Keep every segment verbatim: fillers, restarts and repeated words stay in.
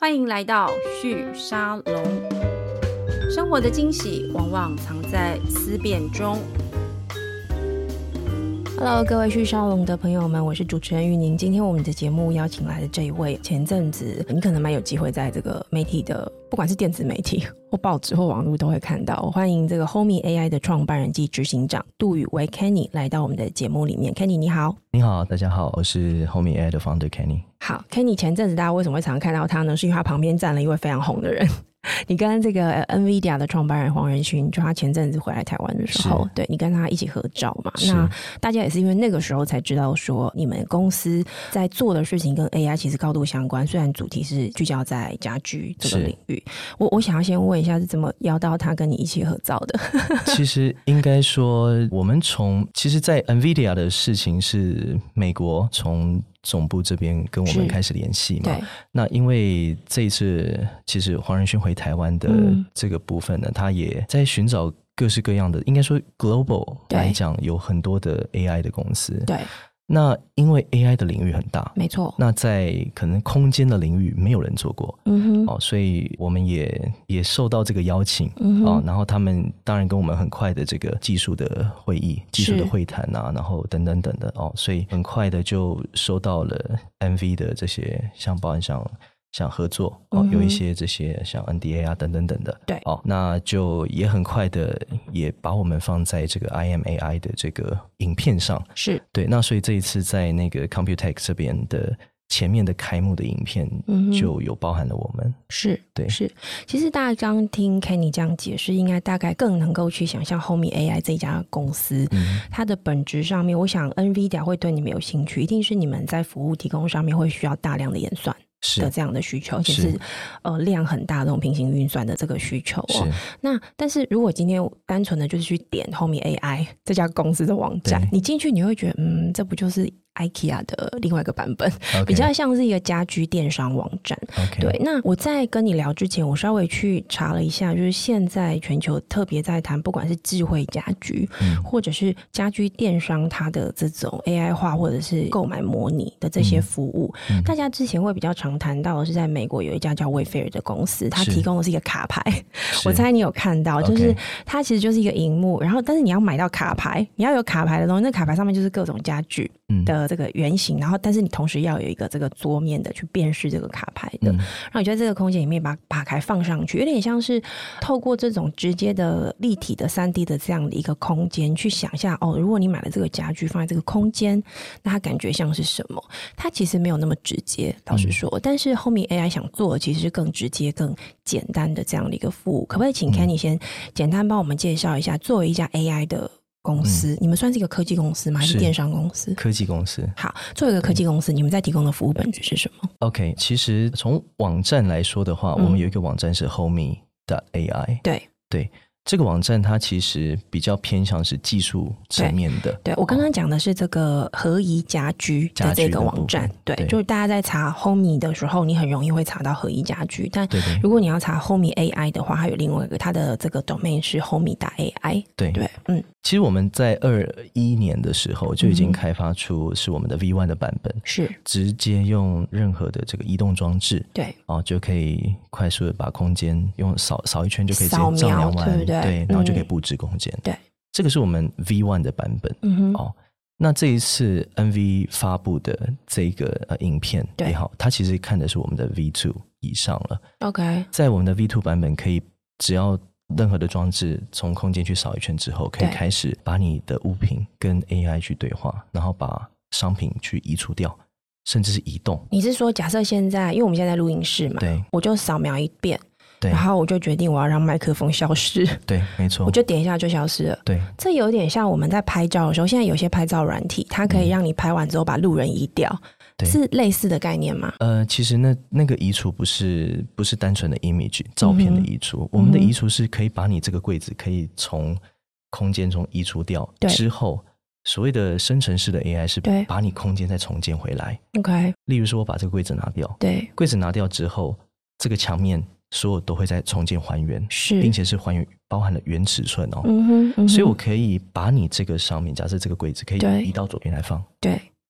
欢迎来到旭沙龙。生活的惊喜往往藏在思辨中。Hello， 各位旭沙龙的朋友们，我是主持人玉宁。今天我们的节目邀请来的这一位，前阵子你可能蛮有机会在这个媒体的，不管是电子媒体或报纸或网络都会看到。我欢迎这个 Homey A I 的创办人及执行长杜宇威 Kenny 来到我们的节目里面。Kenny 你好。 你好，大家好，我是 Homey A I 的 founder Kenny。 好 Kenny， 前阵子大家为什么会常常看到他呢？是因为他旁边站了一位非常红的人。你跟这个 NVIDIA 的创办人黄仁勋，就他前阵子回来台湾的时候，对，你跟他一起合照嘛。那大家也是因为那个时候才知道说你们公司在做的事情跟 A I 其实高度相关，虽然主题是聚焦在家居这个领域。我我想要先问一下，是怎么邀到他跟你一起合照的？ 其实应该说我们从其实在 NVIDIA 的事情是美国从总部这边跟我们开始联系嘛。那因为这一次其实黄仁勋回台湾的这个部分呢、嗯、他也在寻找各式各样的，应该说 global 来讲有很多的 A I 的公司。对，那因为 A I 的领域很大，没错，那在可能空间的领域没有人做过，嗯哼，哦，所以我们也也受到这个邀请，嗯哦，然后他们当然跟我们很快的这个技术的会议、技术的会谈啊，然后等等等的哦，所以很快的就收到了 N V 的这些像包含像像合作、哦嗯、有一些这些像 N D A 啊等等等的，对，哦，那就也很快的也把我们放在这个 I M A I 的这个影片上，是对，那所以这一次在那个 Computex 这边的前面的开幕的影片就有包含了我们、嗯、是对是。 其实大家刚听 Kenny 这样解释，应该大概更能够去想象 Homey A I 这家公司、嗯、它的本质上面，我想 NVIDIA 会对你们有兴趣，一定是你们在服务提供上面会需要大量的演算的这样的需求，而且是呃量很大的这种平行运算的这个需求哦。那但是如果今天单纯的就是去点 Homey A I 这家公司的网站，你进去你会觉得嗯，这不就是 IKEA 的另外一个版本、okay. 比较像是一个家居电商网站、okay. 对，那我在跟你聊之前，我稍微去查了一下，就是现在全球特别在谈不管是智慧家居、嗯、或者是家居电商它的这种 A I 化或者是购买模拟的这些服务、嗯、大家之前会比较常谈到的是在美国有一家叫 Wayfair 的公司，它提供的是一个卡牌，我猜你有看到，就是它其实就是一个萤幕，然后但是你要买到卡牌，你要有卡牌的东西，那卡牌上面就是各种家具的这个原型、嗯、然后但是你同时要有一个这个桌面的去辨识这个卡牌的、嗯、然后你就在这个空间里面把卡牌放上去，有点像是透过这种直接的立体的 三 D 的这样的一个空间去想象哦，如果你买了这个家具放在这个空间，那它感觉像是什么？它其实没有那么直接，老实说、嗯、但是 Homey A I 想做的其实是更直接更简单的这样的一个服务。可不可以请 Kenny 先简单帮我们介绍一下，作为一家 A I 的公司、嗯、你们算是一个科技公司吗？还是电商公司？ 科技公司。好，作为一个科技公司，你们在提供的服务本质是什么？ OK， 其实从网站来说的话、嗯、我们有一个网站是 Homey 的 A I。 对对，这个网站它其实比较偏向是技术层面的。 对, 对我刚刚讲的是这个合宜家居的这个网站。 对, 对，就是大家在查 Homey 的时候，你很容易会查到合宜家居，但如果你要查 Homey A I 的话，它有另外一个，它的这个 domain 是 Homey.ai。 对对，嗯，其实我们在二一年的时候就已经开发出是我们的 V 一 的版本，是直接用任何的这个移动装置，对、哦、就可以快速的把空间用扫扫一圈就可以直接丈量完，对不对？对，然后就可以布置空间、嗯、对，这个是我们 V 一 的版本、嗯哼哦、那这一次 N V 发布的这个、呃、影片也好，它其实看的是我们的 V 二 以上了。 OK， 在我们的 V 二 版本可以只要任何的装置从空间去扫一圈之后，可以开始把你的物品跟 A I 去对话，然后把商品去移除掉，甚至是移动。你是说假设现在因为我们现在在录音室嘛，对，我就扫描一遍，然后我就决定我要让麦克风消失，对，没错，我就点一下就消失了。对，这有点像我们在拍照的时候，现在有些拍照软体它可以让你拍完之后把路人移掉、嗯、是类似的概念吗？呃，其实那那个移除不是不是单纯的 image 照片的移除、嗯、我们的移除是可以把你这个柜子可以从空间中移除掉之后，所谓的生成式的 A I 是把你空间再重建回来。 OK， 例如说我把这个柜子拿掉，对，柜子拿掉之后，这个墙面所有都会再重建还原，是，并且是还原包含了原尺寸哦。嗯哼嗯哼，所以我可以把你这个上面，假设这个柜子可以移到左边来放，对，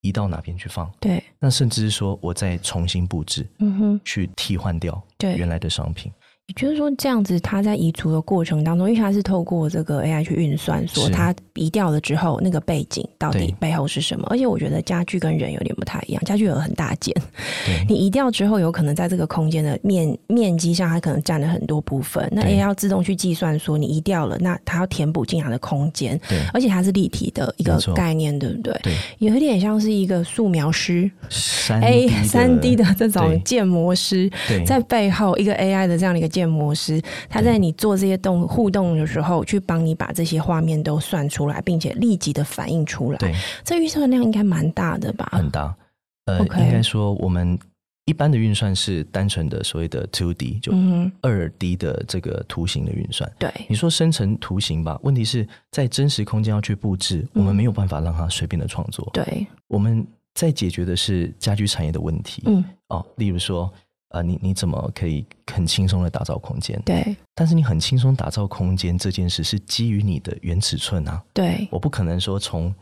移到哪边去放， 对， 那甚至是说我再重新布置，嗯哼，去替换掉原来的商品。 也就是说这样子它在移除的过程当中，因为它是透过这个 A I 去运算说它移掉了之后那个背景到底背后是什么，而且我觉得家具跟人有点不太一样，家具有很大件，你移掉之后有可能在这个空间的面面积上它可能占了很多部分，那 A I 要自动去计算说你移掉了，那它要填补进来的空间，而且它是立体的一个概念，对不对？对，有一点像是一个素描师 三 D 的这种建模师在背后一个 A I 的这样的一个建模师，他在你做这些动互动的时候去帮你把这些画面都算出来，并且立即的反映出来。对，这预算量应该蛮大的吧？ 很大。呃， okay. 应该说我们一般的运算是单纯的所谓的 二 D， 就二 D 的这个图形的运算。对，你说生成图形吧，问题是在真实空间要去布置，我们没有办法让它随便的创作。对，我们在解决的是家居产业的问题。嗯，哦，例如说。呃，你你怎么可以很轻松的打造空间？对，但是你很轻松打造空间这件事是基于你的原尺寸啊。对，我不可能说从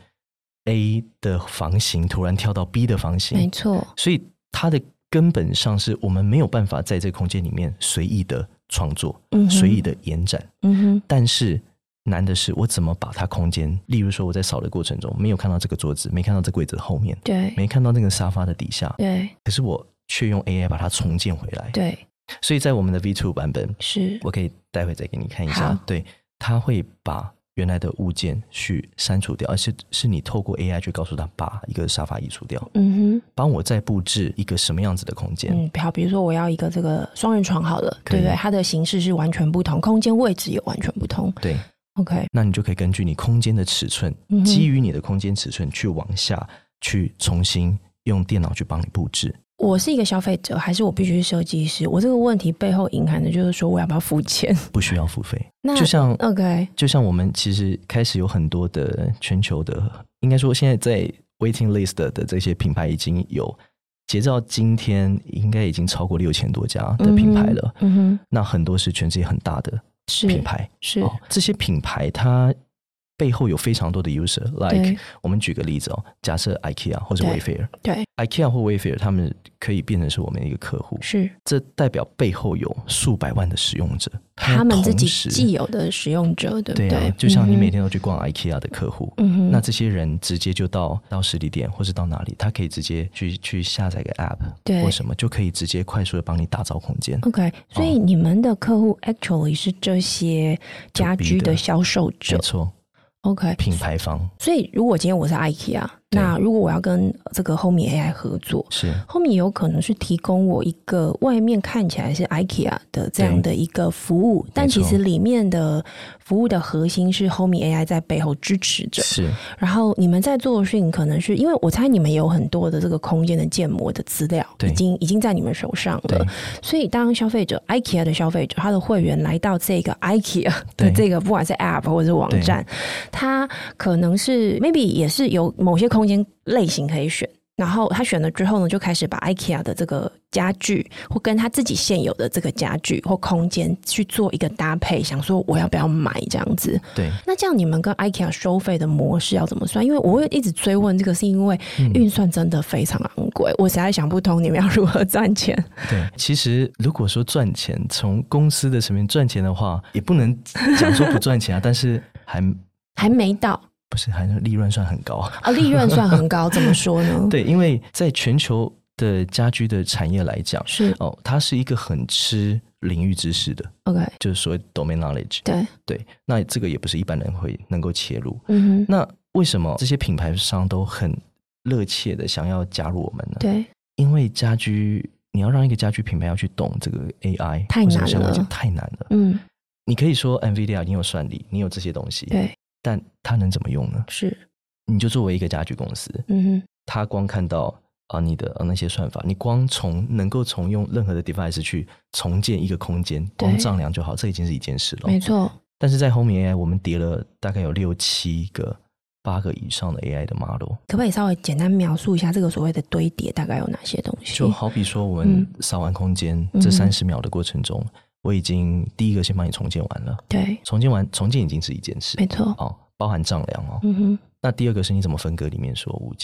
A 的房型突然跳到 B 的房型， 没错。 所以它的根本上是我们没有办法在这个空间里面随意的创作，嗯、随意的延展。嗯哼。但是难的是我怎么把它空间，例如说我在扫的过程中没有看到这个桌子，没看到这柜子的后面，对，没看到那个沙发的底下，对，可是我却用 A I 把它重建回来。对，所以在我们的 V 二 版本，是我可以待会再给你看一下。对，它会把原来的物件去删除掉，而是是你透过 A I 去告诉他把一个沙发移除掉。嗯哼，帮我再布置一个什么样子的空间？ 嗯，好，比如说我要一个这个双人床好了，对不对？它的形式是完全不同，空间位置也完全不同。对。OK， 那你就可以根据你空间的尺寸，嗯、基于你的空间尺寸去往下去重新用电脑去帮你布置。 我是一个消费者，还是我必须是设计师？我这个问题背后隐含的就是说，我要不要付钱？ 不需要付费。那就像 OK， 就像我们其实开始有很多的全球的，应该说现在在 waiting list 的这些品牌已经有，截至到今天应该已经超过六千多家的品牌了。嗯哼，那很多是全世界很大的品牌，是、哦、这些品牌它背后有非常多的 user，like 我们举个例子哦，假设 IKEA 或者 Wayfair， 对, 对 IKEA 或 Wayfair 他们可以变成是我们的一个客户，是这代表背后有数百万的使用者， 他们自己既有的使用者，对不对？对啊， 就像你每天都去逛 IKEA 的客户，嗯、那这些人直接就到到实体店或是到哪里，他可以直接去去下载个 app 对或什么，就可以直接快速的帮你打造空间。 OK， 所以你们的客户 actually 是这些家居的销售者， 没错。 OK， 品牌方。 所以如果今天我是 IKEA， 那如果我要跟这个 Homey A I 合作，是 Homey 有可能是提供我一个外面看起来是 IKEA 的这样的一个服务，但其实里面的服务的核心是 Homey A I 在背后支持着。是，然后你们在做的事情可能是因为我猜你们有很多的这个空间的建模的资料已经已经在你们手上了，所以当消费者 IKEA 的消费者他的会员来到这个 IKEA 的这个不管是 App 或者是网站，他可能是 maybe 也是有某些空间类型可以选，然后他选了之后呢，就开始把 IKEA 的这个家具或跟他自己现有的这个家具或空间去做一个搭配，想说我要不要买这样子。对，那这样你们跟 IKEA 收费的模式要怎么算？因为我会一直追问这个，是因为运算真的非常昂贵，嗯、我实在想不通你们要如何赚钱。 对，其实如果说赚钱，从公司的层面赚钱的话，也不能讲说不赚钱啊，但是还还没到。 不是，还是利润算很高啊？利润算很高，怎么说呢？ 对，因为在全球的家居的产业来讲，是哦，它是一个很吃领域知识的 ，OK， 就是所谓 domain knowledge。对对，那这个也不是一般人会能够切入。嗯哼，那为什么这些品牌商都很热切的想要加入我们呢？对，因为家居你要让一个家居品牌要去懂这个 A I， 太难了， 太难了。嗯，你可以说 NVIDIA 你有算力，你有这些东西，对。但它能怎么用呢？是，你就作为一个家具公司，嗯哼，他光看到啊你的、啊、那些算法，你光从能够从用任何的 device 去重建一个空间，光丈量就好，这已经是一件事了。 没错。 但是在 Homey A I 我们叠了大概有六七个、八个以上的 A I 的 model， 可不可以稍微简单描述一下这个所谓的堆叠大概有哪些东西？ 就好比说我们扫完空间、嗯、这三十秒的过程中。嗯，我已经第一个先帮你重建完了，对，重建完重建已经是一件事， 没错， 哦，包含丈量哦，嗯哼。那第二个是你怎么分割里面所有物体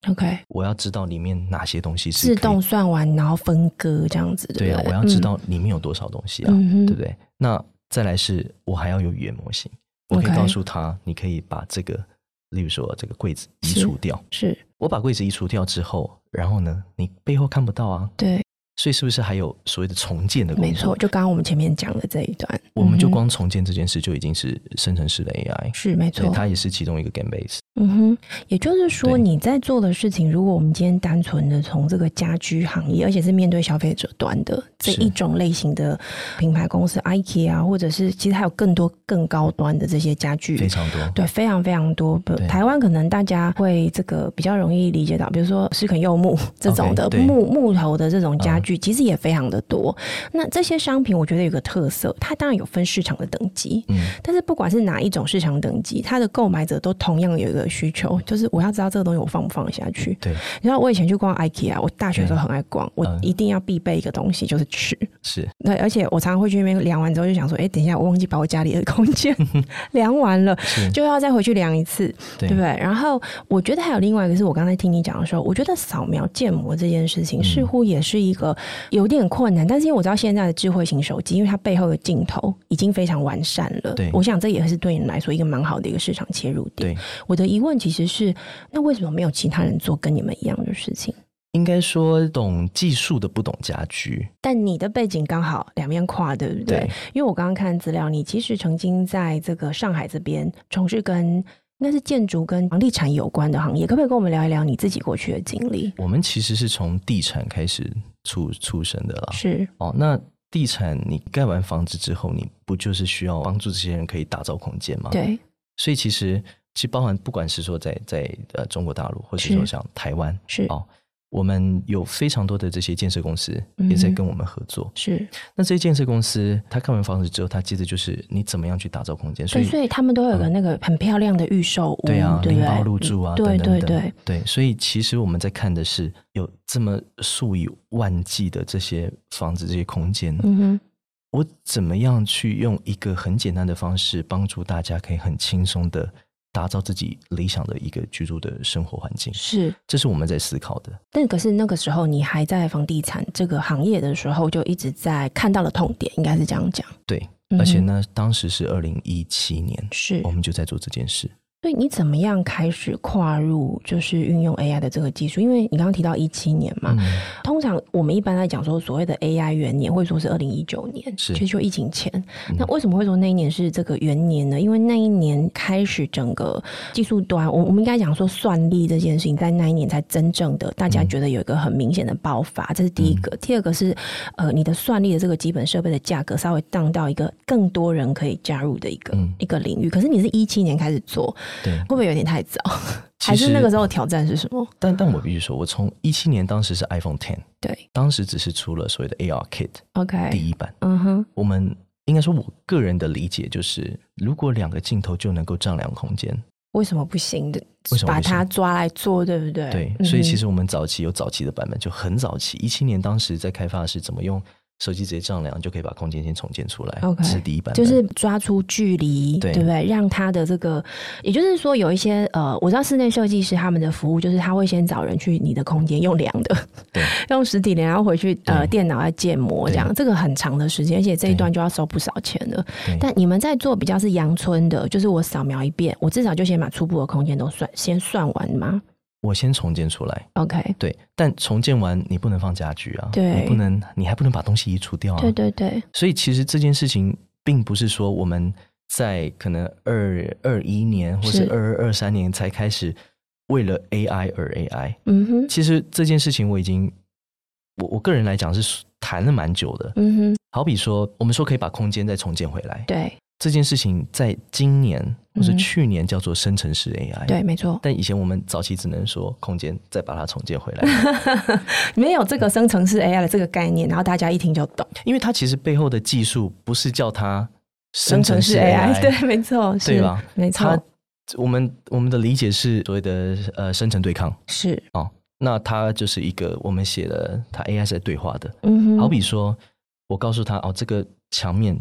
OK， 我要知道里面哪些东西是自动算完然后分割这样子，对不对？ 对啊，我要知道里面有多少东西啊，嗯、对不对？那再来是我还要有语言模型，我可以告诉他，你可以把这个，例如说这个柜子移除掉， 是, 是我把柜子移除掉之后，然后呢，你背后看不到啊， 对。 所以是不是还有所谓的重建的工作？ 没错，就刚刚我们前面讲的这一段， 我们就光重建这件事就已经是生成式的 A I， 是没错， 它也是其中一个 game base。 嗯哼，也就是说你在做的事情，如果我们今天单纯的从这个家居行业，而且是面对消费者端的这一种类型的品牌公司 IKEA 啊，或者是其实还有更多更高端的这些家具， 非常多， 对，非常非常多。台湾可能大家会这个比较容易理解到，比如说石肯柚木这种的、okay, 木木头的这种家具、嗯、其实也非常的多。那这些商品我觉得有个特色，它当然有分市场的等级、嗯、但是不管是哪一种市场等级，它的购买者都同样有一个需求，就是我要知道这个东西我放不放得下去。 对， 你知道我以前去逛 IKEA， 我大学的时候很爱逛，我一定要必备一个东西就是尺， 是， 对，而且我常常会去那边量完之后就想说，哎，等一下我忘记把我家里的空间量完了，就要再回去量一次， 对, 对不对？然后我觉得还有另外一个是我刚才听你讲的时候，我觉得扫描建模这件事情似乎也是一个有点困难、嗯、但是因为我知道现在的智慧型手机，因为它背后的镜头已经非常完善了，对，我想这也是对你来说一个蛮好的一个市场切入点。对，我的疑问其实是，那为什么没有其他人做跟你们一样的事情？ 应该说懂技术的不懂家居， 但你的背景刚好两面跨，对不对？对，因为我刚刚看资料，你其实曾经在这个上海这边从事跟应该是建筑跟房地产有关的行业，可不可以跟我们聊一聊你自己过去的经历？ 我们其实是从地产开始出出生的啦， 是哦。 那地产你盖完房子之后，你不就是需要帮助这些人可以打造空间吗？ 对， 所以其实其实包含不管是说在在呃中国大陆，或是说像台湾， 是哦。我们有非常多的这些建设公司也在跟我们合作、嗯、 是。 那这些建设公司他看完房子之后，他接着就是你怎么样去打造空间，所以所以他们都有个那个很漂亮的预售屋、 嗯、对啊， 对拎包入住啊， 对等等等， 对对对，所以其实我们在看的是有这么数以万计的这些房子，这些空间，嗯哼，我怎么样去用一个很简单的方式帮助大家可以很轻松的打造自己理想的一个居住的生活环境， 是， 这是我们在思考的。 但可是那个时候你还在房地产这个行业的时候，就一直在看到了痛点，应该是这样讲。 对、嗯、而且呢当时是二零一七年， 是我们就在做这件事。 所以你怎么样开始跨入就是运用 A I 的这个技术？因为你刚刚提到一七年嘛、嗯、通常我们一般来讲说所谓的 A I 元年会说是二零一九年，其实就疫情前、嗯、那为什么会说那一年是这个元年呢？因为那一年开始整个技术端，我我们应该讲说算力这件事情在那一年才真正的大家觉得有一个很明显的爆发、嗯、这是第一个、嗯、第二个是呃，你的算力的这个基本设备的价格稍微降到一个更多人可以加入的一个、嗯、一个领域。可是你是一七年开始做， 对， 会不会有点太早？还是那个时候的挑战是什么？ 但但我必须说，我从一七年当时是 iPhone 十， 对， 当时只是出了所谓的 A R Kit，OK， 第一版。 嗯哼， 我们应该说，我个人的理解就是，如果两个镜头就能够丈量空间， 为什么不行的？ 为什么不行？ 把它抓来做，对不对？ 对，所以其实我们早期有早期的版本，就很早期，一七年当时在开发的是怎么用手机直接丈量就可以把空间先重建出来， okay, 是第一版本， 就是抓出距离， 对, 对不对？让他的这个，也就是说有一些呃，我知道室内设计师他们的服务就是他会先找人去你的空间用量的， 对， 用实体量，然后回去呃电脑来建模，这样这个很长的时间，而且这一段就要收不少钱了。但你们在做比较是阳春的，就是我扫描一遍，我至少就先把初步的空间都算先算完吗？ 我先重建出来 ，OK， 对，但重建完你不能放家具啊， 对， 你不能，你还不能把东西移除掉啊， 对对对， 所以其实这件事情并不是说我们在可能二二一年或是二二二三年才开始为了 A I 而 A I， 嗯哼，其实这件事情我已经，我我个人来讲是谈了蛮久的，嗯哼，好比说我们说可以把空间再重建回来， 对。 这件事情在今年或是去年叫做生成式 A I，嗯、 对，没错。 但以前我们早期只能说空间再把它重建回来， 没有这个生成式 A I 的这个概念，然后大家一听就懂。 因为它其实背后的技术不是叫它生成式 A I， 对，没错， 对吧？ 没错。 它我们我们的理解是所谓的呃生成对抗， 是哦，那它就是一个我们写的它 A I 是在对话的，嗯哼，好比说我告诉他哦，这个墙面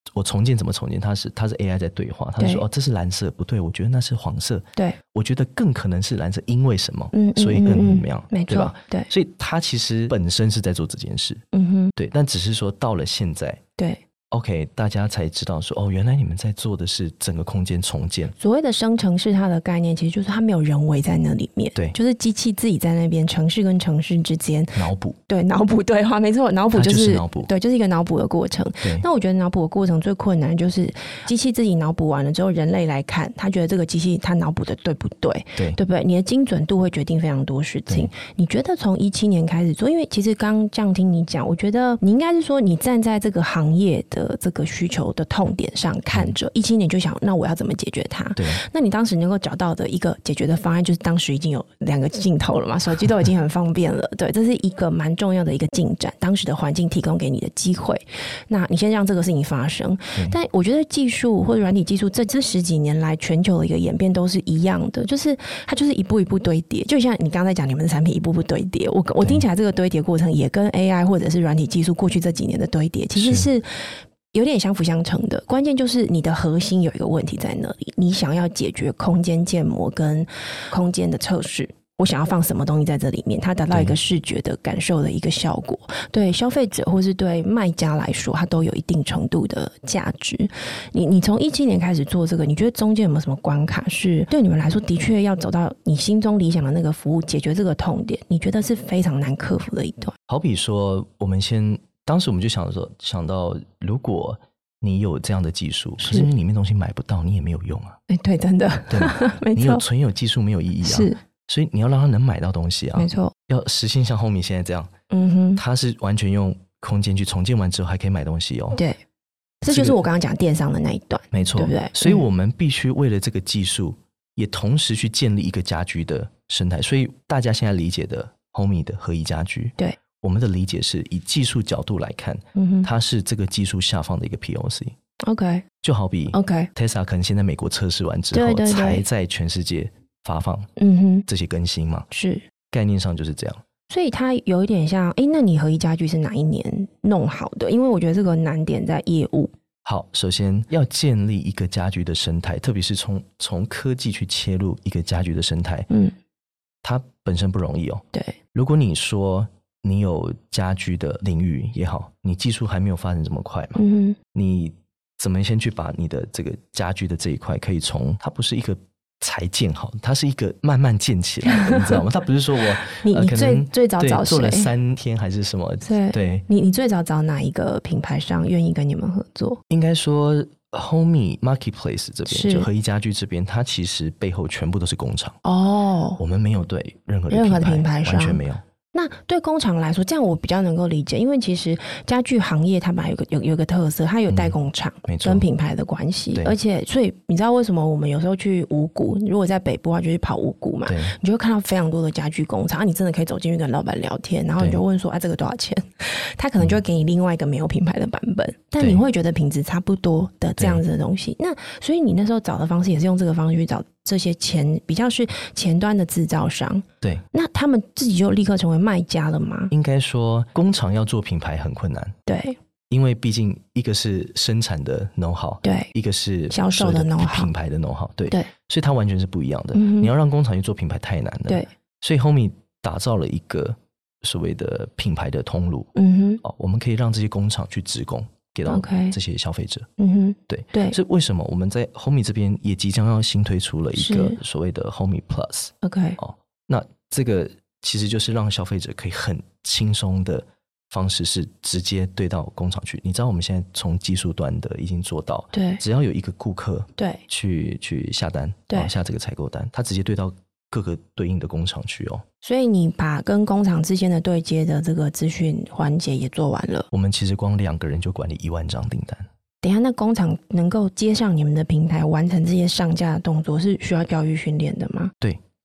我重建怎么重建？它是它是 A I 在对话，它是说哦，这是蓝色，不对，我觉得那是黄色， 对， 我觉得更可能是蓝色，因为什么？嗯，所以更怎么样？ 没错， 对吧？ 对， 所以它其实本身是在做这件事，嗯哼，对，但只是说到了现在， 对。 OK， 大家才知道说哦，原来你们在做的是整个空间重建。 所谓的生成式它的概念，其实就是它没有人为在那里面， 对， 就是机器自己在那边，城市跟城市之间脑补， 对，脑补对话，没错，脑补就是、 就是脑补， 对，就是一个脑补的过程。 对， 那我觉得脑补的过程最困难就是机器自己脑补完了之后，人类来看，他觉得这个机器他脑补的对不对？ 对， 对不对？你的精准度会决定非常多事情。你觉得从一七年开始做，因为其实刚这样听你讲，我觉得你应该是说你站在这个行业的这个需求的痛点上看着，一七年就想那我要怎么解决它？ 对， 那你当时能够找到的一个解决的方案，就是当时已经有两个镜头了嘛，手机都已经很方便了，对，这是一个蛮重要的一个进展，当时的环境提供给你的机会，那你先让这个事情发生。但我觉得技术或者软体技术这这十几年来全球的一个演变都是一样的，就是它就是一步一步堆叠，就像你刚才讲你们的产品一步步堆叠，我我听起来这个堆叠过程也跟 A I 或者是软体技术过去这几年的堆叠其实是有点相辅相成的，关键就是你的核心有一个问题在那里，你想要解决空间建模跟空间的测试，我想要放什么东西在这里面，它达到一个视觉的感受的一个效果，对消费者或是对卖家来说它都有一定程度的价值。你你从一七年开始做这个，你觉得中间有没有什么关卡是对你们来说的确要走到你心中理想的那个服务，解决这个痛点，你觉得是非常难克服的一段？ 好比说我们先当时我们就想说想到如果你有这样的技术，可是你里面东西买不到，你也没有用啊。 哎，对，真的， 对吗？没错，你有纯有技术没有意义啊。 是， 所以你要让他能买到东西啊。 没错， 要实现像 Homey 现在这样，嗯哼，他是完全用空间去重建完之后还可以买东西哦。 对，这就是我刚刚讲电商的那一段， 没错， 对不对？ 所以我们必须为了这个技术，也同时去建立一个家居的生态。所以大家现在理解的 Homey 的合宜家居， 对。 我们的理解是以技术角度来看，嗯哼，它是这个技术下放的一个 P O C。OK， 就好比 OK Tesla 可能先在美国测试完之后，对对对，才在全世界发放，嗯哼，这些更新嘛， 是概念上就是这样。 所以它有一点像，哎，那你合宜家居是哪一年弄好的？因为我觉得这个难点在业务。 好，首先要建立一个家居的生态，特别是从从科技去切入一个家居的生态，嗯，它本身不容易哦。 对， 如果你说你有家居的领域也好，你技术还没有发展这么快嘛，嗯，你怎么先去把你的这个家居的这一块可以从它不是一个才建好，它是一个慢慢建起来的，你知道吗？它不是说我你你最、呃、最早找谁做了三天还是什么？ 对对， 你你最早找哪一个品牌商愿意跟你们合作？ 应该说 Homey Marketplace 这边就合宜家居这边，它其实背后全部都是工厂哦，我们没有对任何的任何的品牌商完全没有。 那对工厂来说，这样我比较能够理解，因为其实家具行业它本来有个有有个特色，它有代工厂跟品牌的关系，嗯、而且所以你知道为什么我们有时候去五股，如果在北部的话就去跑五股嘛，你就会看到非常多的家具工厂，啊、你真的可以走进去跟老板聊天，然后你就问说啊这个多少钱，他可能就会给你另外一个没有品牌的版本，但你会觉得品质差不多的这样子的东西。那所以你那时候找的方式也是用这个方式去找这些前比较是前端的制造商， 对， 那他们自己就立刻成为卖家了吗？ 应该说工厂要做品牌很困难， 对， 因为毕竟一个是生产的 know how， 对， 一个是销售的 know how， 品牌的 know how， 对， 对， 所以它完全是不一样的、嗯、你要让工厂去做品牌太难了， 对， 所以 Homey 打造了一个所谓的品牌的通路，嗯哼，哦，我们可以让这些工厂去直供给到这些消费者，嗯哼，对对，所以为什么我们在 Homey 这边也即将要新推出了一个所谓的 Homey Plus，OK， 哦，那这个其实就是让消费者可以很轻松的方式是直接对到工厂去。你知道我们现在从技术端的已经做到， 对， 只要有一个顾客对去去下单，对、哦，下这个采购单，他直接对到各个对应的工厂去哦。 所以你把跟工厂之间的对接的这个资讯环节也做完了。 我们其实光两个人就管理一万张订单。 等一下，那工厂能够接上你们的平台完成这些上架的动作是需要教育训练的吗？ 对，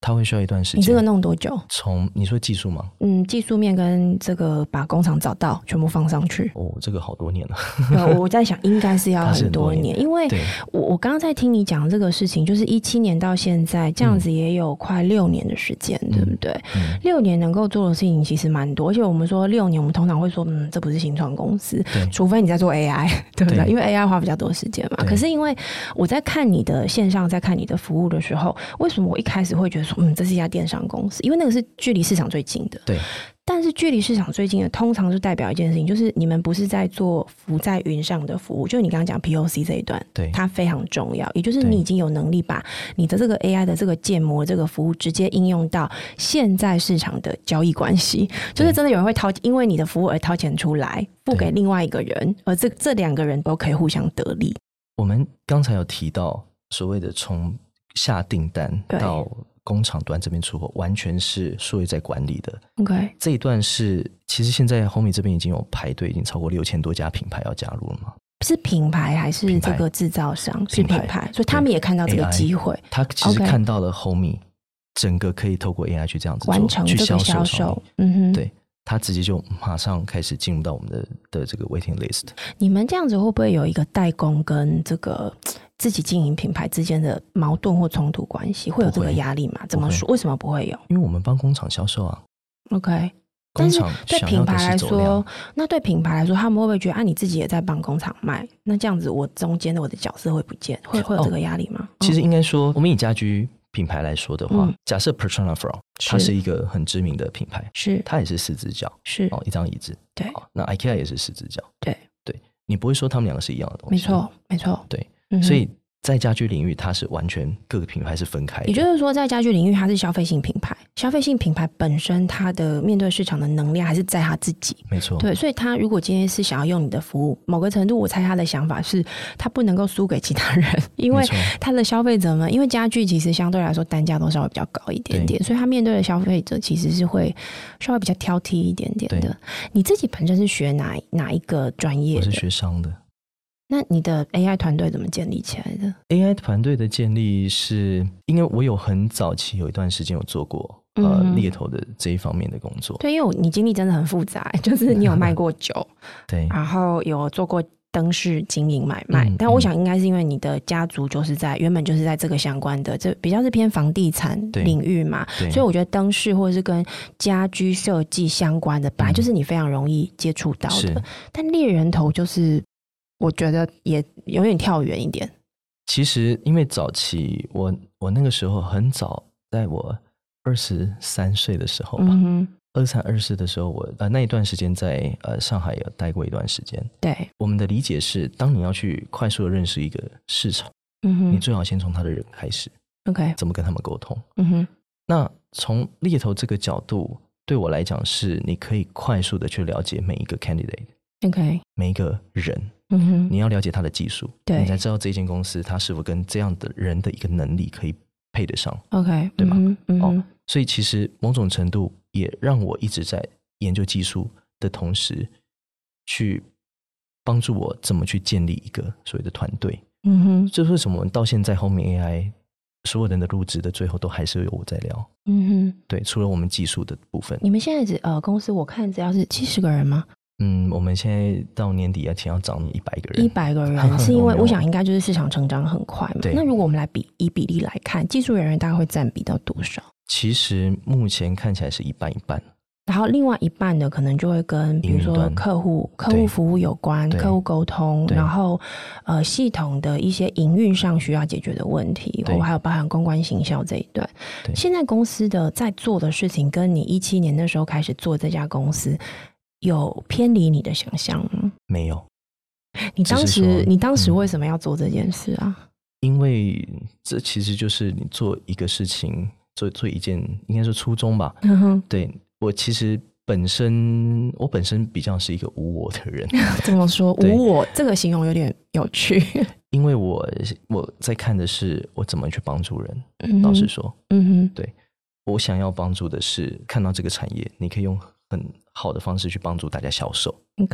它会需要一段时间。 你这个弄多久？ 从你说技术吗？ 嗯，技术面跟这个把工厂找到全部放上去。 哦，这个好多年了。 对，我在想应该是要很多年，因为我我刚刚在听你讲这个事情，就是一七年到现在这样子也有快六年的时间，嗯、对不对？嗯、六年能够做的事情其实蛮多，而且我们说六年，我们通常会说，嗯，这不是新创公司，除非你在做 A I， 对不对？对，因为 A I 花比较多时间嘛。可是因为我在看你的线上，在看你的服务的时候，为什么我一开始会觉得说，嗯，这是一家电商公司？因为那个是距离市场最近的。 对。 但是距离市场最近的，通常是代表一件事情，就是你们不是在做浮在云上的服务，就是你刚刚讲 P O C 这一段， 对， 它非常重要。也就是你已经有能力把你的这个 A I 的这个建模这个服务直接应用到现在市场的交易关系，就是真的有人会掏，因为你的服务而掏钱出来付给另外一个人，而这这两个人都可以互相得利。 我们刚才有提到所谓的从下订单到工厂端这边出货，完全是数位在管理的。 OK， 这一段是其实现在 Homey 这边已经有排队，已经超过六千多家品牌要加入了吗？ 是品牌还是这个制造商？是品牌，所以他们也看到这个机会。 他其实看到了 Homey 整个可以透过 A I 去这样子做完成这个销售。嗯哼， 对。他直接就马上开始进入到我们的的这个 waiting list。你们这样子会不会有一个代工跟这个自己经营品牌之间的矛盾或冲突关系？会有这个压力吗？怎么说？为什么不会有？ 因为我们帮工厂销售啊。 OK， 工厂对品牌来说，那对品牌来说，他们会不会觉得啊，你自己也在帮工厂卖？那这样子，我中间的我的角色会不见，会会有这个压力吗？ 哦、其实应该说，我们以家居品牌来说的话，嗯、假设 Persona Flow 它是一个很知名的品牌， 是它也是四只脚， 是哦，一张椅子， 对。 那 IKEA 也是四只脚， 对对，你不会说他们两个是一样的东西， 没错没错， 对，嗯、所以在家居领域，它是完全各个品牌是分开的。 也就是说，在家居领域，它是消费性品牌，消费性品牌本身它的面对市场的能量还是在它自己， 没错。 对，所以他如果今天是想要用你的服务，某个程度，我猜他的想法是，他不能够输给其他人，因为他的消费者们，因为家具其实相对来说单价都稍微比较高一点点，所以他面对的消费者其实是会稍微比较挑剔一点点的。你自己本身是学哪哪一个专业的？ 我是学商的。 那你的 A I 团队怎么建立起来的？ A I 团队的建立是因为我有很早期有一段时间有做过、嗯、呃猎头的这一方面的工作。 对，因为你经历真的很复杂，就是你有卖过酒对， 然后有做过灯饰经营买卖、嗯、但我想应该是因为你的家族就是在原本就是在这个相关的，这比较是偏房地产领域嘛，所以我觉得灯饰或者是跟家居设计相关的本来就是你非常容易接触到的、嗯、但猎人头就是我觉得也有点跳远一点。 其实因为早期我我那个时候很早，在我二十三岁的时候吧，二十三二十四的时候，我呃那一段时间在呃上海有待过一段时间。 对， 我们的理解是，当你要去快速的认识一个市场，嗯哼，你最好先从他的人开始 ，OK， 怎么跟他们沟通， 嗯哼。 那从猎头这个角度，对我来讲是你可以快速的去了解每一个 candidate，OK， 每一个人。嗯哼，你要了解他的技术，对，你才知道这间公司他是否跟这样的人的一个能力可以配得上 ，OK， 对吧？ 嗯嗯、 哦，所以其实某种程度也让我一直在研究技术的同时，去帮助我怎么去建立一个所谓的团队。嗯哼，这是为什么我们到现在后面 A I 所有人的入职的最后都还是由我在聊。嗯哼，对，除了我们技术的部分。 你们现在只呃公司我看只要是七十个人吗？ 嗯，我们现在到年底啊，前要涨一百个人。 一百个人是因为我想应该就是市场成长很快嘛。那如果我们来比以比例来看，技术人员大概会占比到多少？ 其实目前看起来是一半一半。 然后另外一半的可能就会跟比如说客户客户服务有关，客户沟通，然后呃系统的一些营运上需要解决的问题，或还有包含公关行销这一段。现在公司的在做的事情，跟你一七年那时候开始做这家公司。有偏离你的想象吗？ 没有。 你当时你当时为什么要做这件事啊？ 嗯、因为这其实就是你做一个事情，做做一件应该说初衷吧。嗯哼，对，我其实本身我本身比较是一个无我的人。 怎么说无我？这个形容有点有趣。 因为我我在看的是我怎么去帮助人。嗯、老实说，嗯哼，对，我想要帮助的是看到这个产业，你可以用很好的方式去帮助大家销售。 OK，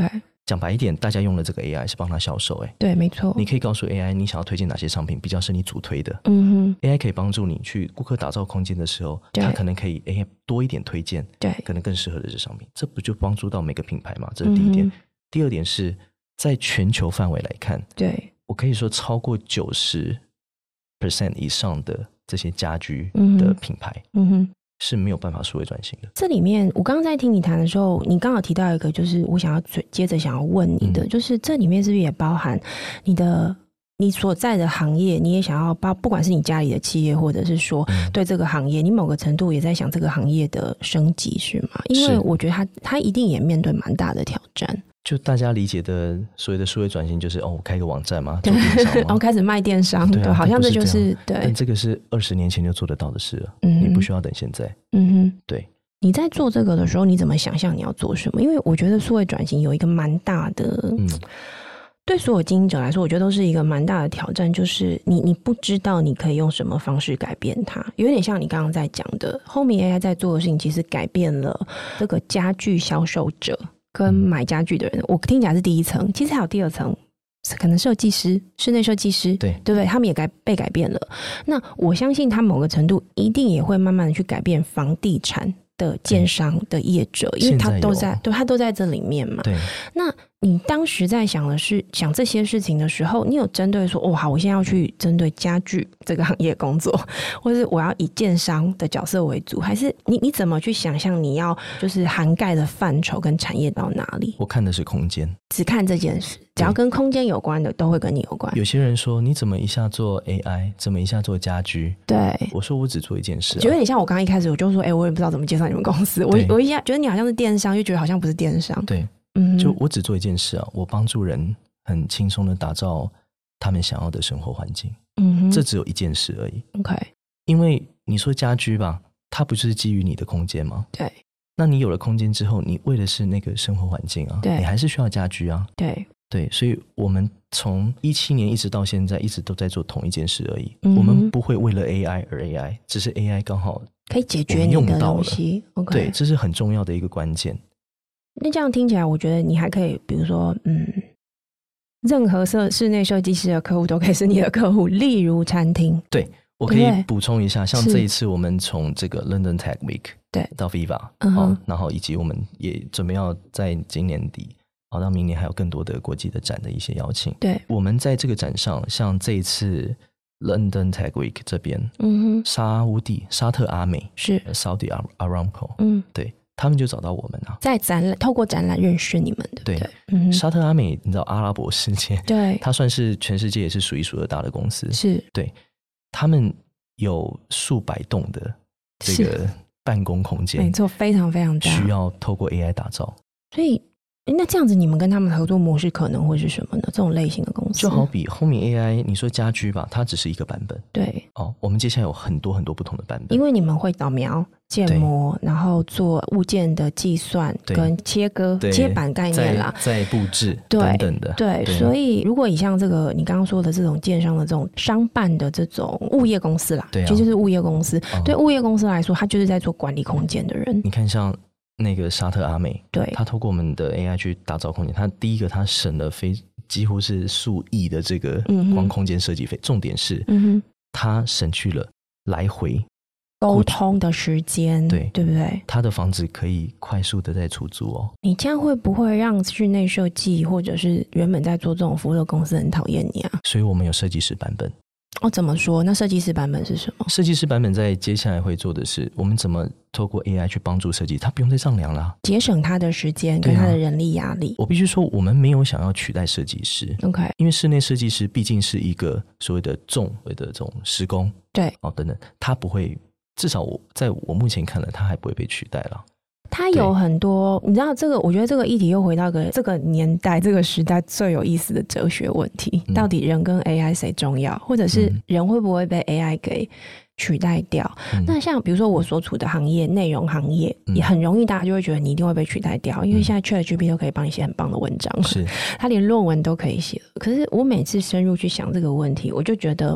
讲白一点，大家用了这个 A I 是帮他销售、欸、 对，没错。 你可以告诉 A I 你想要推荐哪些商品比较是你主推的。 嗯哼 A I 可以帮助你去顾客打造空间的时候，它可能可以 A I 多一点推荐， 对， 可能更适合的这商品，这不就帮助到每个品牌吗？这是第一点、嗯、第二点是在全球范围来看， 对， 我可以说超过 百分之九十 以上的这些家居的品牌，嗯哼，是没有办法数位转型的。 这里面我刚刚在听你谈的时候，你刚好提到一个，就是我想要接着想要问你的、嗯、就是这里面是不是也包含你的你所在的行业，你也想要包，不管是你家里的企业，或者是说对这个行业、嗯、你某个程度也在想这个行业的升级，是吗？因为我觉得它它一定也面对蛮大的挑战。就大家理解的所谓的数位转型，就是哦，我开个网站嘛，做电商嘛， 然后开始卖电商，对、啊对，好像这就是对。 但这个是二十年前就做得到的事了，嗯，你不需要等现在。嗯哼，对。 你在做这个的时候，你怎么想象你要做什么？因为我觉得数位转型有一个蛮大的，嗯，对所有经营者来说，我觉得都是一个蛮大的挑战，就是你你不知道你可以用什么方式改变它，有点像你刚刚在讲的 Homey A I 在做的事情，其实改变了这个家具销售者跟买家具的人，我听起来是第一层，其实还有第二层，可能设计师、室内设计师， 对对不对？他们也改被改变了。那我相信他某个程度一定也会慢慢的去改变房地产的建商的业者，因为他都在，对，他都在这里面嘛。 对。 那你当时在想的是想这些事情的时候，你有针对说，哦，好，我现在要去针对家具这个行业工作，或是我要以建商的角色为主，还是你你怎么去想象你要就是涵盖的范畴跟产业到哪里？ 我看的是空间， 只看这件事，只要跟空间有关的都会跟你有关。 有些人说你怎么一下做 A I， 怎么一下做家居？ 对， 我说我只做一件事、啊。 觉得你像我刚刚一开始我就说，哎、欸，我也不知道怎么介绍你们公司，我我一下觉得你好像是电商，又觉得好像不是电商。 对。嗯，就我只做一件事啊，我帮助人很轻松的打造他们想要的生活环境。嗯，这只有一件事而已。 OK， 因为你说家居吧，它不就是基于你的空间吗？ 对。 那你有了空间之后，你为的是那个生活环境啊， 对， 你还是需要家居啊。 对对，所以我们从一七年一直到现在，一直都在做同一件事而已。嗯、我们不会为了 A I 而 A I， 只是 A I 刚好可以解决你的东西。OK， 对，这是很重要的一个关键。 那这样听起来，我觉得你还可以，比如说，嗯，任何设室内设计师的客户都可以是你的客户，例如餐厅。 对，我可以补充一下，像这一次我们从这个 London Tech Week 对到 Viva，、 嗯哦、然后以及我们也准备要在今年底，好到明年还有更多的国际的展的一些邀请。 对， 我们在这个展上，像这一次 London Tech Week 这边，嗯哼，沙乌地沙特阿美是 Saudi Aramco， 嗯， 对。他们就找到我们啊， 在展览透过展览认识你们的，对不对？ 嗯，沙特阿美，你知道阿拉伯世界， 对， 它算是全世界也是数一数二大的公司， 是对， 他们有数百栋的这个办公空间， 没错，非常非常大， 需要透过 A I 打造， 所以。那这样子你们跟他们的合作模式可能会是什么呢？这种类型的公司就好比 Homey A I， 你说家居吧，它只是一个版本。 对哦，我们接下来有很多很多不同的版本， 因为你们会扫描、建模，然后做物件的计算跟切割、切板概念啦， 再布置等等的。 对，对，所以如果以像这个你刚刚说的这种建商的这种商办的这种物业公司啦， 对、啊， 其实就是物业公司。哦、对物业公司来说，他就是在做管理空间的人。 你看像。那个沙特阿美， 对， 他透过我们的 A I 去打造空间，他第一个他省了非几乎是数亿的这个光空间设计费、嗯，重点是，嗯哼，他省去了来回沟通的时间， 对对不对？ 他的房子可以快速的在出租哦。 你这样会不会让室内设计或者是原本在做这种服务的公司很讨厌你啊？ 所以我们有设计师版本。 哦，怎么说？那设计师版本是什么？ 设计师版本在接下来会做的是，我们怎么透过 A I 去帮助设计，他不用再丈量了， 节省他的时间跟他的人力压力。 我必须说，我们没有想要取代设计师 ，OK， 因为室内设计师毕竟是一个所谓的重的这种施工， 对， 哦等等，他不会，至少我在我目前看来，他还不会被取代了。 它有很多，你知道这个，我觉得这个议题又回到个这个年代、这个时代最有意思的哲学问题：嗯、到底人跟 A I 谁重要，或者是人会不会被 A I 给取代掉？嗯、那像比如说我所处的行业，内容行业、嗯、也很容易，大家就会觉得你一定会被取代掉，因为现在 ChatGPT 都可以帮你写很棒的文章， 是， 他连论文都可以写。可是我每次深入去想这个问题，我就觉得。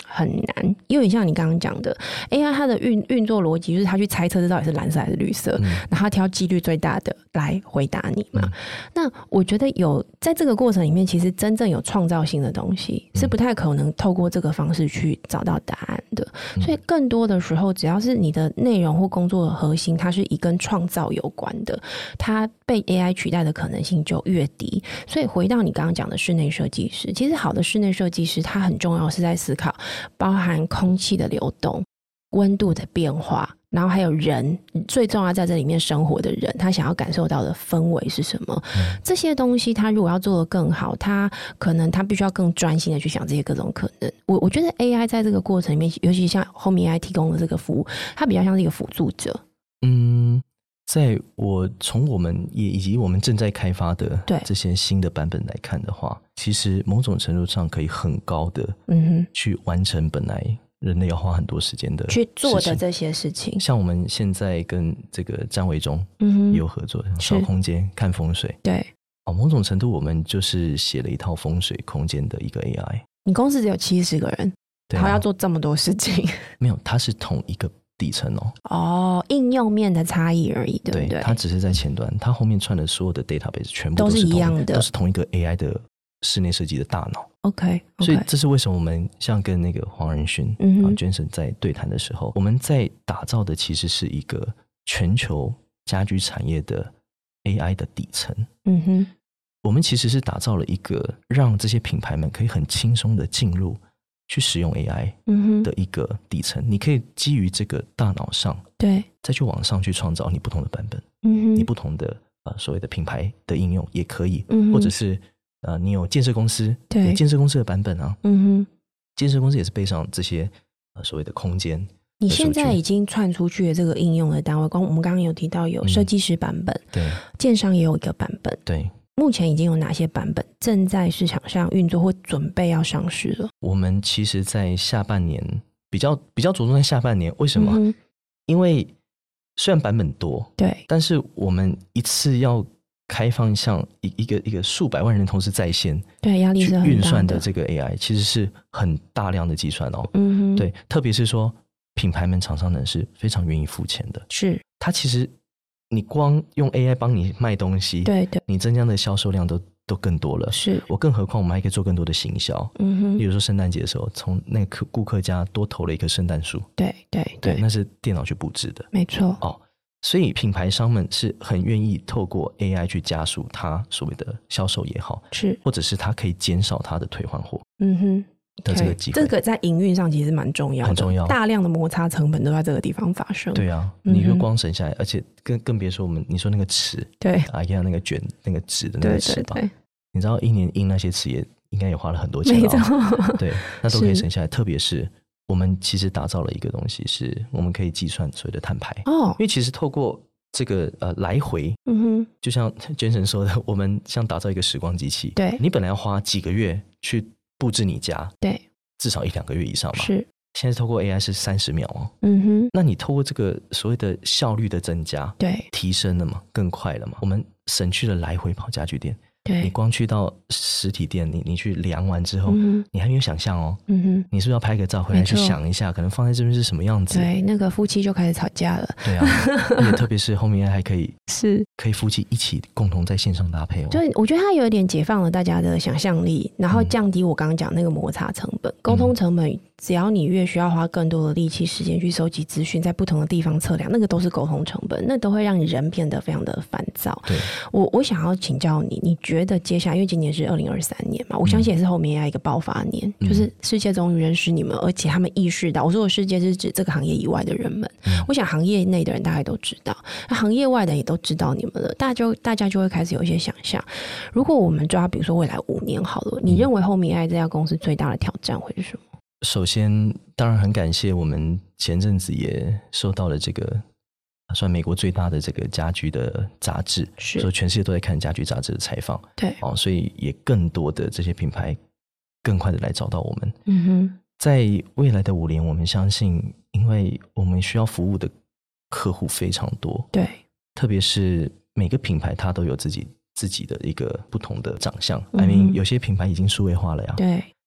很难，因为像你刚刚讲的 A I 它的运运作逻辑就是它去猜测这到底是蓝色还是绿色，嗯、然后它挑几率最大的来回答你嘛、嗯、那我觉得有在这个过程里面，其实真正有创造性的东西是不太可能透过这个方式去找到答案的、嗯、所以更多的时候只要是你的内容或工作的核心它是以跟创造有关的，它被 A I 取代的可能性就越低。所以回到你刚刚讲的室内设计师，其实好的室内设计师他很重要是在思考包含空气的流动、温度的变化，然后还有人最重要在这里面生活的人他想要感受到的氛围是什么、嗯、这些东西他如果要做得更好，他可能他必须要更专心的去想这些各种可能。我我觉得 A I 在这个过程里面，尤其像后面 A I 提供的这个服务，它比较像是一个辅助者。 嗯，在我从我们也以及我们正在开发的这些新的版本来看的话，其实某种程度上可以很高的去完成本来人类要花很多时间的去做的这些事情。 像我们现在跟这个张维忠也有合作，小空间看风水， 对、 哦、某种程度我们就是写了一套风水空间的一个 A I。 你公司只有七十个人，他、啊、要做这么多事情？ 没有，它是同一个底层哦， 哦，应用面的差异而已，对不对？ 对，它只是在前端，它后面串的所有的 database 全部都是一样的， 都是同一个 A I 的室内设计的大脑。 OK， 所以这是为什么我们像跟那个黄仁勋、嗯啊、Jensen 在对谈的时候，我们在打造的其实是一个全球家居产业的 A I 的底层。嗯哼，我们其实是打造了一个让这些品牌们可以很轻松的进入去使用 A I 的一个底层、嗯、你可以基于这个大脑上，对，再去往上去创造你不同的版本，嗯、你不同的、呃、所谓的品牌的应用也可以、嗯、或者是、呃、你有建设公司，对，有建设公司的版本啊，嗯哼，建设公司也是背上这些、呃、所谓的空间。 你现在已经串出去的这个应用的单位，光我们刚刚有提到有设计师版本、嗯、对，建商也有一个版本，对，目前已经有哪些版本正在市场上运作或准备要上市了？ 我们其实在下半年比较比较着重在下半年。为什么、嗯、因为虽然版本多，对，但是我们一次要开放像一一个一个数百万人同时在线， 对，压力是很大的， 去运算的这个 A I 其实是很大量的计算哦。嗯哼，对，特别是说品牌们厂商们是非常愿意付钱的，是它其实你光用 A I 帮你卖东西，对对，你增加的销售量都都更多了。是，我更何况我们还可以做更多的行销。嗯哼，比如说圣诞节的时候，从那个顾客家多投了一棵圣诞树。对对 对, 对，那是电脑去布置的，没错。哦，所以品牌商们是很愿意透过 A I 去加速它所谓的销售也好，是，或者是它可以减少它的退换货。嗯哼。的这个机会， 这个在营运上其实蛮重要的，很重要，大量的摩擦成本都在这个地方发生。 对啊，你就光省下来，嗯、而且更更别说我们你说那个尺，对啊，像那个卷那个纸的那个尺吧，对对对，你知道一年印那些尺也应该也花了很多钱啊，对，那都可以省下来。特别是我们其实打造了一个东西，是我们可以计算所谓的碳排哦，因为其实透过这个呃来回，嗯哼，就像 Jensen 说的，我们像打造一个时光机器，对，你本来要花几个月去布置你家，对，至少一两个月以上嘛。是，现在透过 A I 是三十秒哦。嗯哼，那你透过这个所谓的效率的增加，对，提升了嘛，更快了嘛。我们省去了来回跑家具店，对，你光去到实体店，你你去量完之后，嗯、你还没有想象哦。嗯哼，你是不是要拍个照回来去想一下，可能放在这边是什么样子？ 对，那个夫妻就开始吵架了。 对啊，而且特别是后面还可以是可以夫妻一起共同在线上搭配哦。 就我觉得它有点解放了大家的想象力，然后降低我刚刚讲那个摩擦成本、沟、嗯、通成本。只要你越需要花更多的力气时间去收集资讯，在不同的地方测量，那个都是沟通成本，那都会让你人变得非常的烦躁。对，我我想要请教你，你觉得接下来，因为今年是二零二三年嘛，我相信也是后面要一个爆发年、嗯、就是世界终于认识你们，而且他们意识到，我说的世界是指这个行业以外的人们、嗯、我想行业内的人大概都知道，那行业外的也都知道你们了，大家就大家就会开始有一些想象，如果我们抓比如说未来五年好了，你认为后面 A I 这家公司最大的挑战会是什么？ 首先当然很感谢我们前阵子也受到了这个算美国最大的这个家居的杂志，是说全世界都在看家居杂志的采访，对、哦、所以也更多的这些品牌更快的来找到我们。嗯哼，在未来的五年，我们相信因为我们需要服务的客户非常多，对，特别是每个品牌它都有自己自己的一个不同的长相、嗯、I mean 有些品牌已经数位化了呀，对，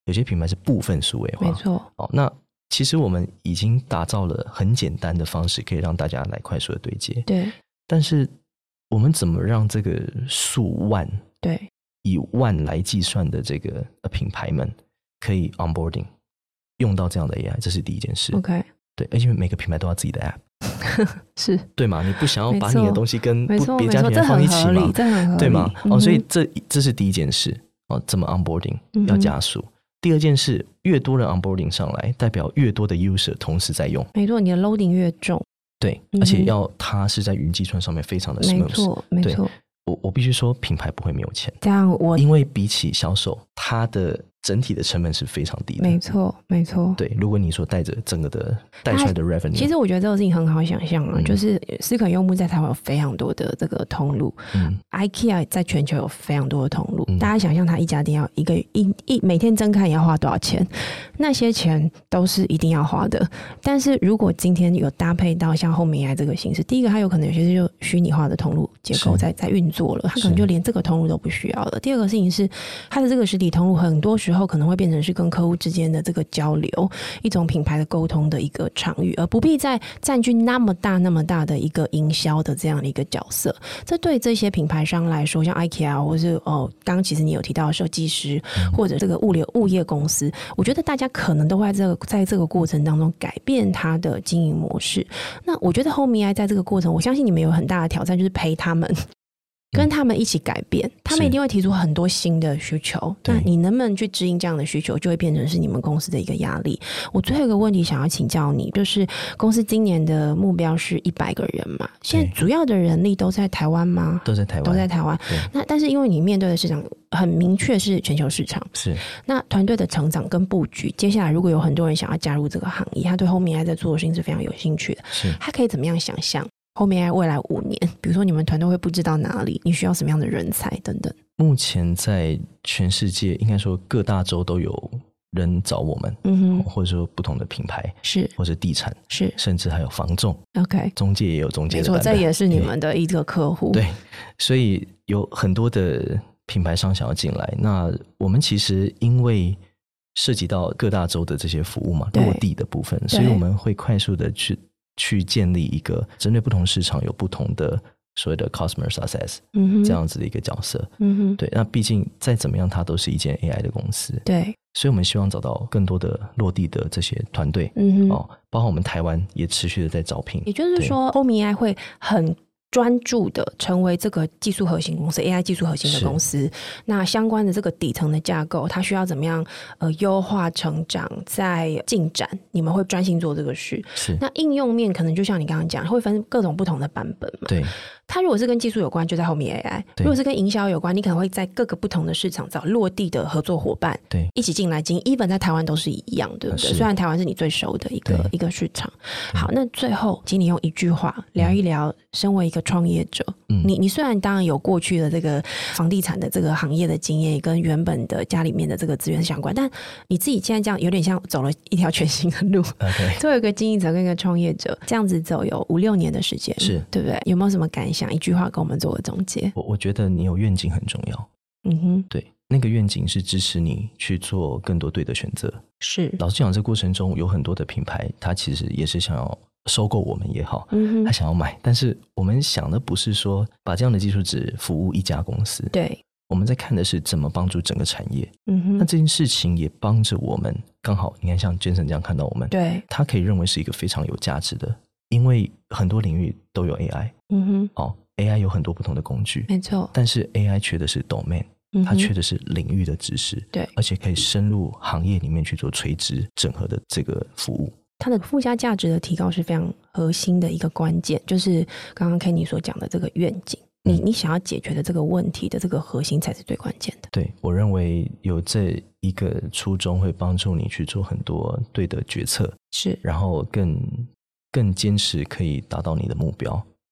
有些品牌是部分数位化， 没错。 哦，那其实我们已经打造了很简单的方式，可以让大家来快速的对接。 对， 但是我们怎么让这个数万， 对， 以万来计算的这个品牌们可以 onboarding 用到这样的 A I， 这是第一件事。 OK， 对，而且每个品牌都要自己的 app， 是对嘛？你不想要把你的东西跟别家品牌放一起吗？对吗？ 嗯、 哦，所以这这是第一件事哦，怎么 onboarding 要加速。嗯、第二件事，越多人 onboarding 上来，代表越多的 user 同时在用。 没错，你的 loading 越重。对， 而且要它是在云计算上面非常的 smooth。 没错，没错。 我我必须说，品牌不会没有钱。 这样我因为比起销售，它的整体的成本是非常低的。 没错，没错。 对，如果你说带着整个的带出来的 revenue， 其实我觉得这个事情很好想象啊，嗯、就是思可柚木在台湾有非常多的这个通路，嗯 ，IKEA 在全球有非常多的通路。嗯、大家想象它一家店要一个一一每天睁开也要花多少钱？那些钱都是一定要花的。但是如果今天有搭配到像后面 A I 这个形式，第一个它有可能有些就虚拟化的通路结构在在运作了，它可能就连这个通路都不需要了。第二个事情是，它的这个实体通路很多时候可能会变成是跟客户之间的这个交流，一种品牌的沟通的一个场域，而不必再占据那么大那么大的一个营销的这样的一个角色。这对这些品牌商来说，像 IKEA 或是哦，刚刚其实你有提到的设计师、嗯、或者这个物流物业公司，我觉得大家可能都会在这个在这个过程当中改变它的经营模式。那我觉得 Home A I 在这个过程，我相信你们有很大的挑战，就是陪他们。跟他们一起改变、嗯、他们一定会提出很多新的需求，那你能不能去指引这样的需求，就会变成是你们公司的一个压力。我最后一个问题想要请教你，就是公司今年的目标是一百个人嘛，现在主要的人力都在台湾吗？ 都在台湾， 都在台湾。那但是因为你面对的市场很明确是全球市场， 是那团队的成长跟布局，接下来如果有很多人想要加入这个行业，他对后面还在做的事情是非常有兴趣的， 是他可以怎么样想象后面未来五年，比如说你们团队会布置到哪里，你需要什么样的人才等等。 目前在全世界应该说各大洲都有人找我们，嗯哼，或者说不同的品牌是， 或者地产是， 甚至还有房仲 OK， 中介也有中介的版本， 没错，这也是你们的一个客户。 对，所以有很多的品牌商想要进来。那我们其实因为涉及到各大洲的这些服务嘛，落地的部分，所以我们会快速的去去建立一个针对不同市场有不同的所谓的 customer success、嗯、这样子的一个角色、嗯、哼对，那毕竟再怎么样它都是一间 A I 的公司， 对， 所以我们希望找到更多的落地的这些团队、嗯哦、包括我们台湾也持续的在招聘。 也就是说 Home A I 会很专注的成为这个技术核心公司 A I 技术核心的公司，那相关的这个底层的架构它需要怎么样呃优化成长再进展，你们会专心做这个事。 是， 那应用面可能就像你刚刚讲会分各种不同的版本嘛， 对， 它如果是跟技术有关就在后面 A I， 如果是跟营销有关你可能会在各个不同的市场找落地的合作伙伴， 对， 一起进来经营 even 在台湾都是一样，对不对？虽然台湾是你最熟的一个一个市场。好，那最后请你用一句话聊一聊身为一个创业者、嗯、你你虽然当然有过去的这个房地产的这个行业的经验跟原本的家里面的这个资源相关，但你自己现在这样有点像走了一条全新的路、okay. 作为一个经营者跟一个创业者这样子走有五六年的时间， 是对不对？有没有什么感想？一句话跟我们做个总结。 我我觉得你有愿景很重要，嗯哼，对，那个愿景是支持你去做更多对的选择。 是， 老实讲，这过程中有很多的品牌它其实也是想要收购我们也好、嗯、他想要买，但是我们想的不是说把这样的技术只服务一家公司， 对， 我们在看的是怎么帮助整个产业、嗯、哼，那这件事情也帮着我们，刚好你看像 Jensen 这样看到我们，对，他可以认为是一个非常有价值的，因为很多领域都有 A I、嗯哼，哦 A I 有很多不同的工具， 没错， 但是 A I 缺的是 domain、嗯、它缺的是领域的知识， 对， 而且可以深入行业里面去做垂直整合的这个服务。 它的附加价值的提高是非常核心的一个关键，就是刚刚 Kenny 所讲的这个愿景，你你想要解决的这个问题的这个核心才是最关键的。 对，我认为有这一个初衷会帮助你去做很多对的决策， 是， 然后更更坚持可以达到你的目标。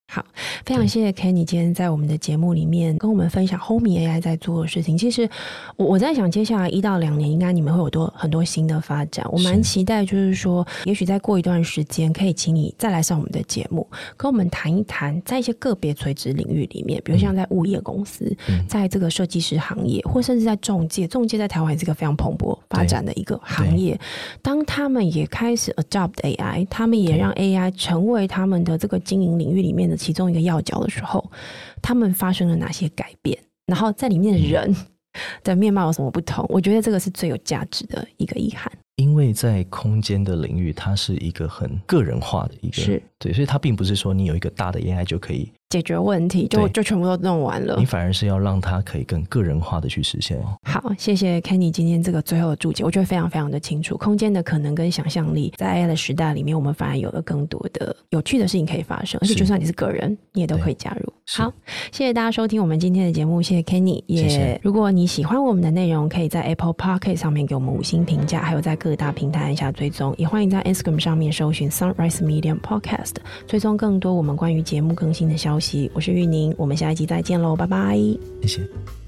好，非常谢谢 Kenny 今天在我们的节目里面跟我们分享 Homey A I 在做的事情。其实我我在想接下来一到两年应该你们会有多很多新的发展，我蛮期待就是说也许再过一段时间可以请你再来上我们的节目，跟我们谈一谈在一些个别垂直领域里面，比如像在物业公司、嗯、在这个设计师行业，或甚至在仲介，仲介在台湾也是一个非常蓬勃发展的一个行业，当他们也开始 adopt A I， 他们也让 A I 成为他们的这个经营领域里面的其中一个要角的时候，他们发生了哪些改变，然后在里面的人的面貌有什么不同，我觉得这个是最有价值的一个遗憾。 因为在空间的领域它是一个很个人化的一个， 是对，所以它并不是说你有一个大的 A I 就可以解决问题，就就全部都弄完了， 你反而是要让它可以更个人化的去实现。 好，谢谢 Kenny 今天这个最后的注解，我觉得非常非常的清楚，空间的可能跟想象力在 A I 的时代里面，我们反而有了更多的有趣的事情可以发生，而且就算你是个人你也都可以加入。好，谢谢大家收听我们今天的节目，谢谢 Kenny， 也谢谢。如果你喜欢我们的内容，可以在 Apple Podcast 上面给我们五星评价，还有在各大平台按下追踪，也欢迎在 Instagram 上面搜寻 Sunrise Medium Podcast， 追踪更多我们关于节目更新的消息。我是玉宁，我们下一集再见喽，拜拜。 谢谢。